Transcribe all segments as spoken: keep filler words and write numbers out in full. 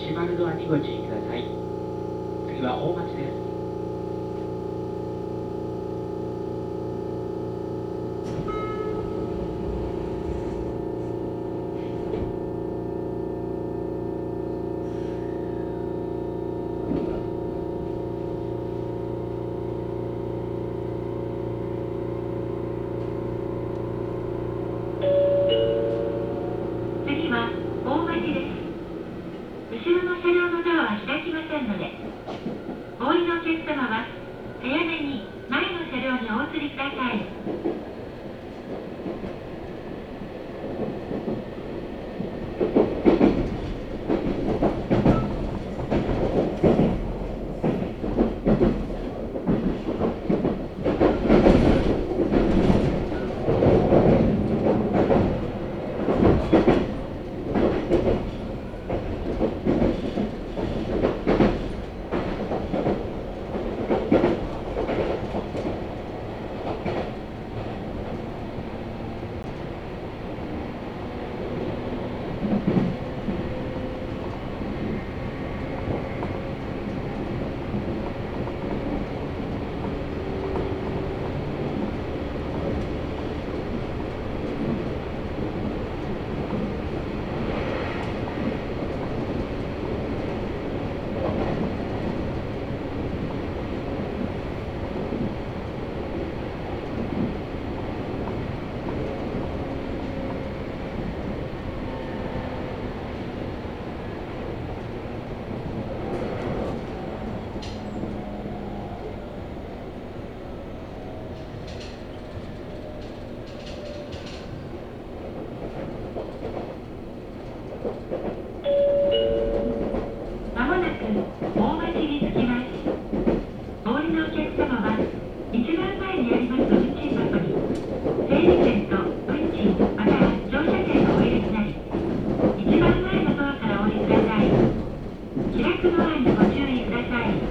閉まるドアにご注意ください。次は大町です。 次は大町です。後ろの車両のドアは開きませんので、お降りのお客様は早めに前の車両にお移りください。まもなく大町に着きます。お降りのお客様は一番前にあります運賃箱に整理券と運賃または乗車券をお入れになり、一番前のドアからお降りください。開くドアにご注意ください。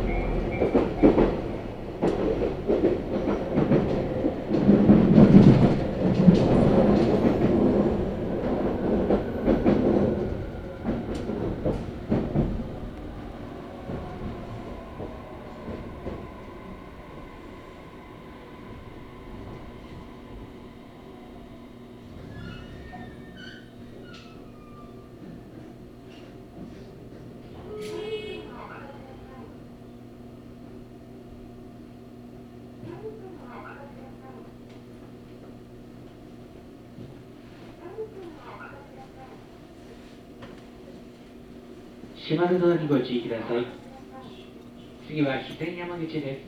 閉まるドアにご注意ください。次は肥前山口です。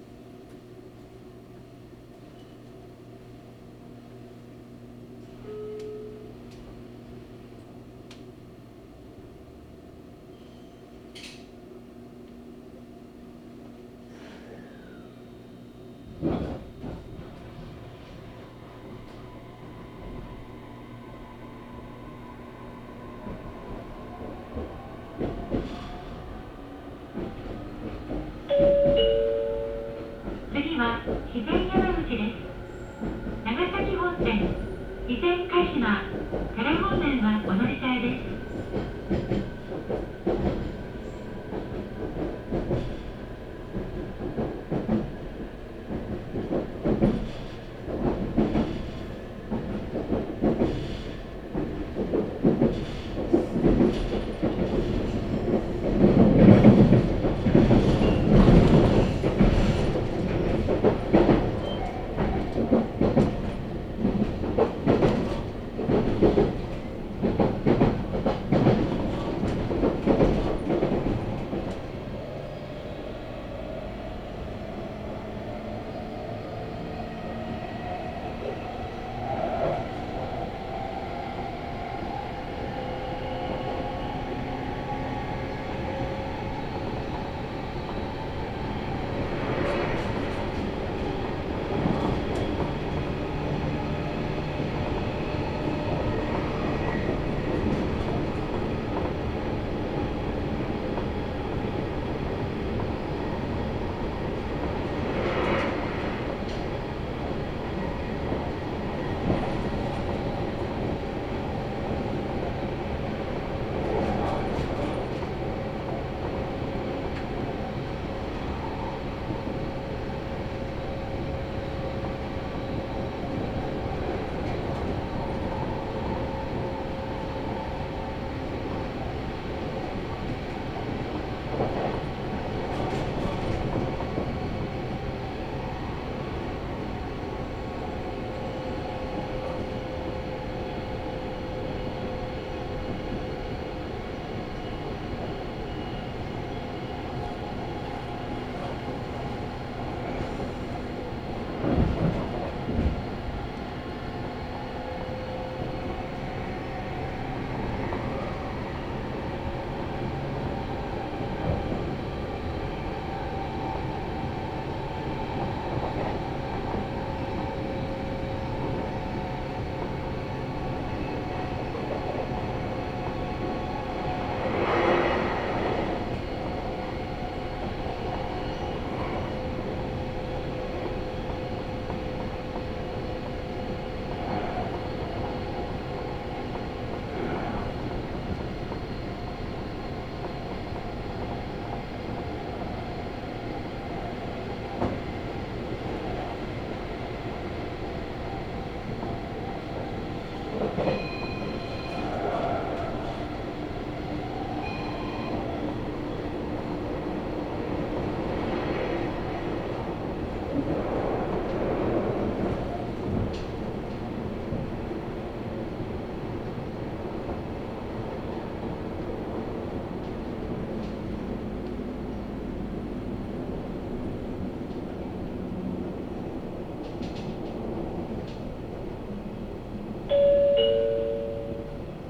次は肥前山口です。長崎本線、肥前鹿島、唐方面はお乗り換えです。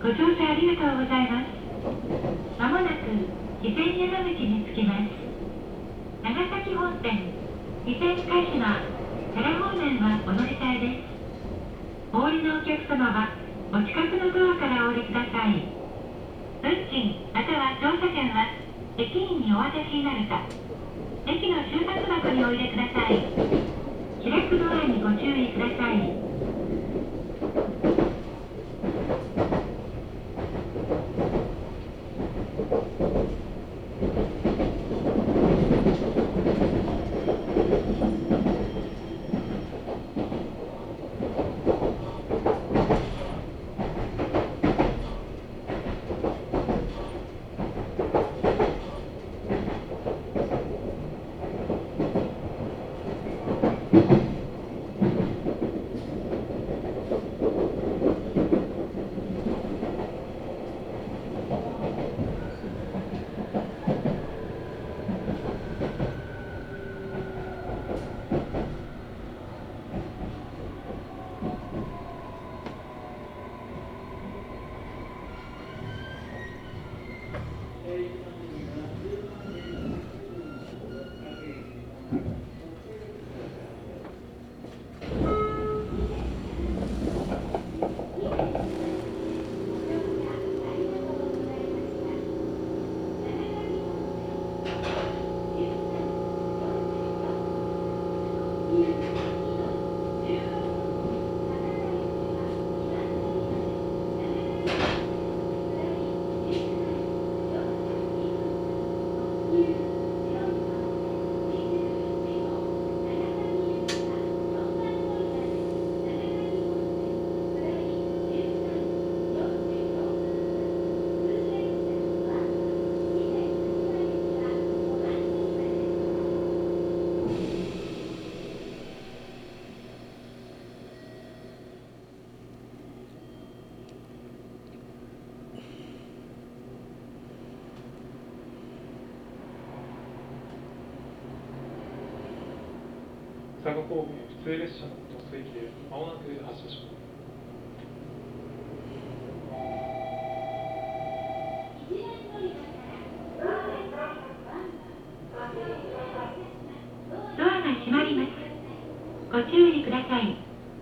ご乗車ありがとうございます。まもなく備前山口に着きます。長崎本線、備前鹿島、多良方面はお乗り換えです。お降りのお客様はお近くのドアからお降りください。運賃または乗車券は駅員にお渡しになるか、駅の収穫箱にお入れください。開くドアにご注意ください。 佐賀方面普通列車の鳥栖駅でまもなく発車します。 ドアが閉まります。ご注意ください。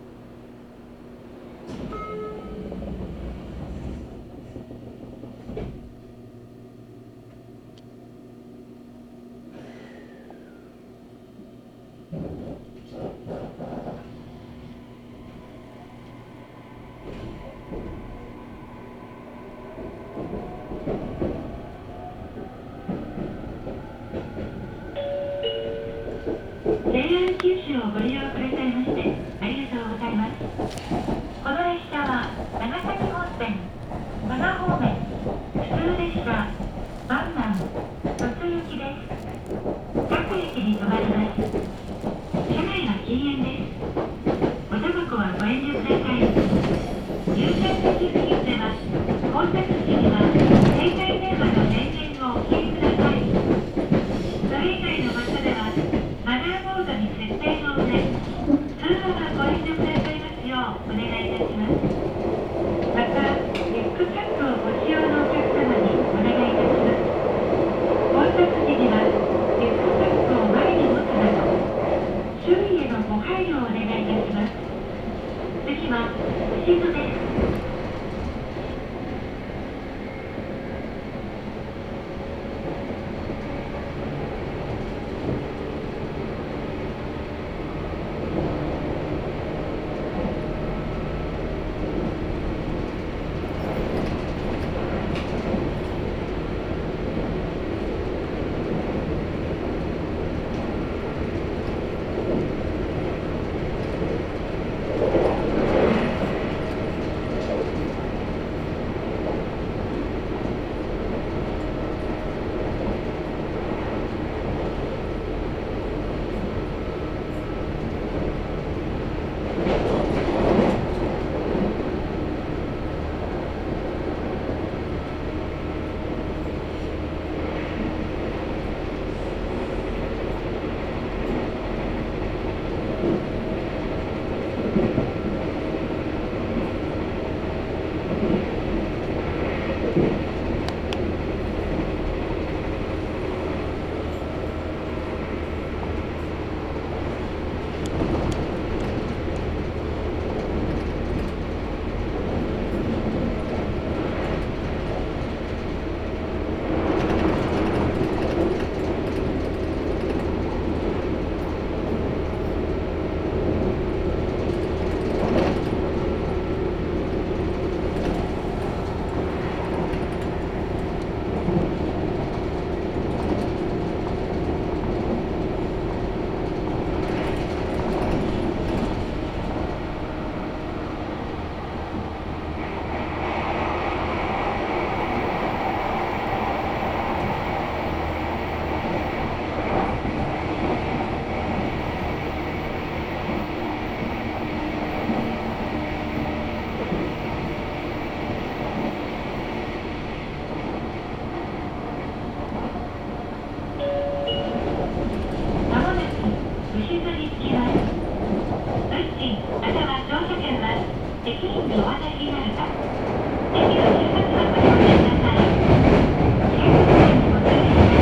ジェイアール 九州をご利用くださいましてありがとうございます。この列車は長崎本線、佐賀方面、普通列車、万南、鳥栖行きです。各駅に停まります。車内は禁煙です。おタバコはご遠慮ください。優先席付近では、到着時には携帯電話の電源をお切りください。それ以外の場所ではマナーモードに設定の上、通話はご遠慮くださいますようお願いいたします。また、リュックサックをご使用のお客様にお願いいたします。到着時にはリュックサックを前に持つなど、周囲へのご配慮をお願いいたします。次は牛戸です。 にお渡りになるか、駅の出発箱でお待ちください。開くドアにご注意ください。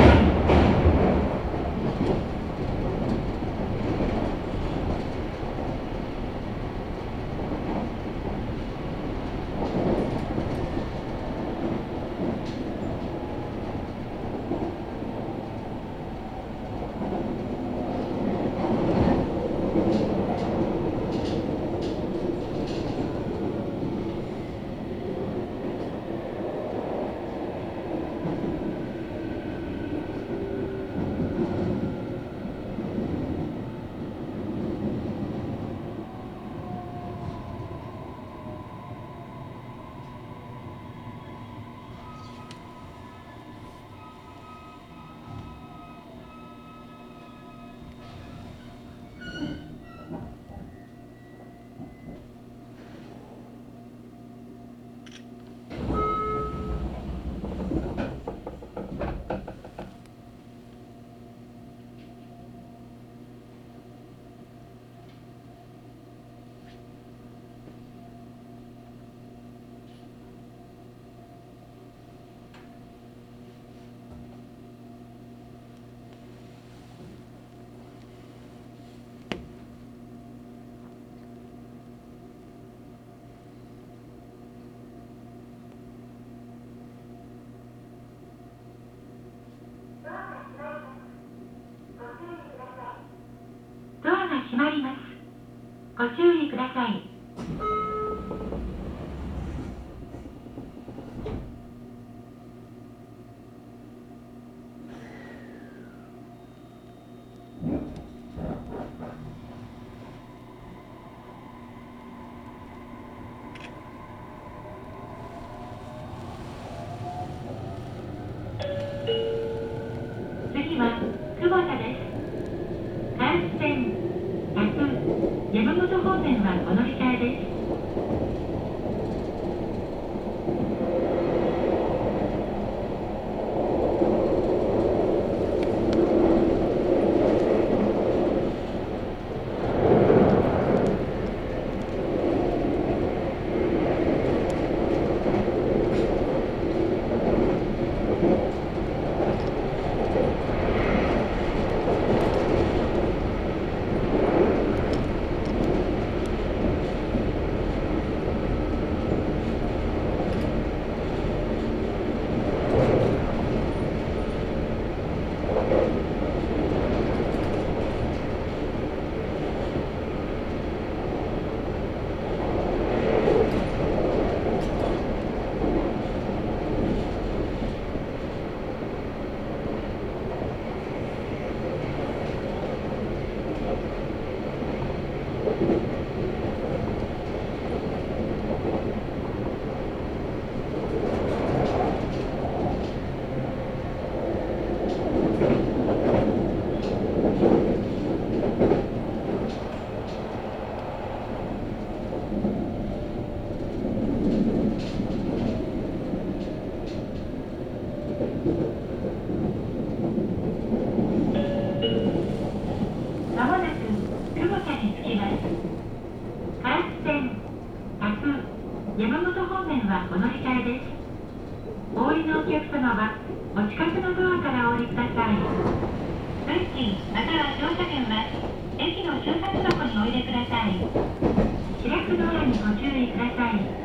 ドアが閉まります。ご注意ください。次は久保田です。カース線ひゃく山本方面はお乗り換えです。まもなく久保田に着きます。カース線ひゃく山本方面はお乗り換えです。お降りのお客様はお近くのドアからお降りください。運賃または乗車券は駅の出発箱にお入れください。開くドアにご注意ください。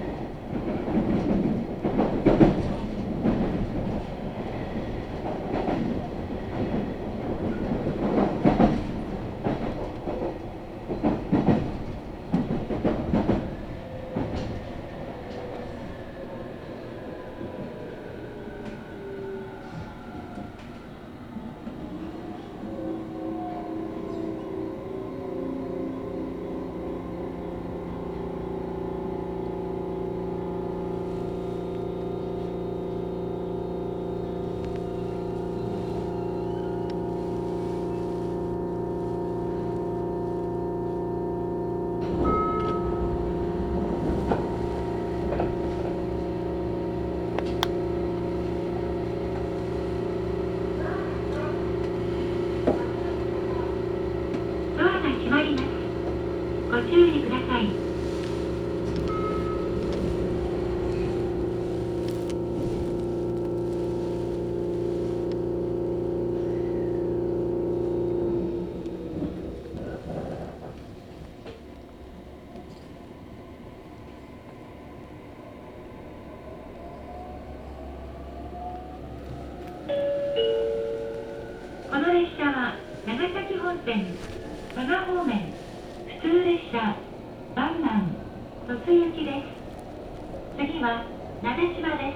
市本線佐賀方面普通列車バンナン鳥栖行きです。次は鍋島です。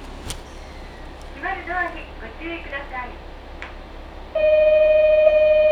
閉まるドアにご注意ください。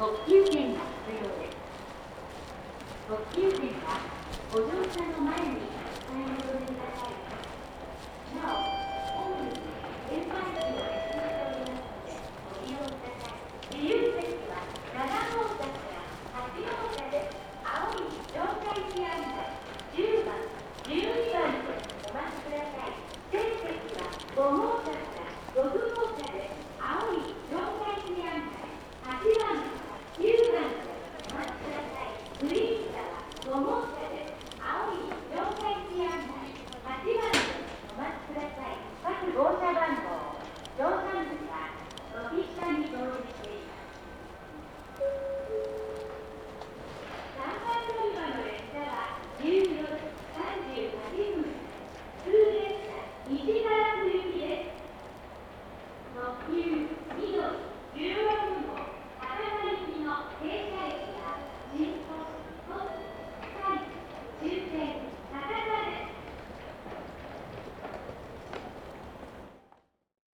特急券が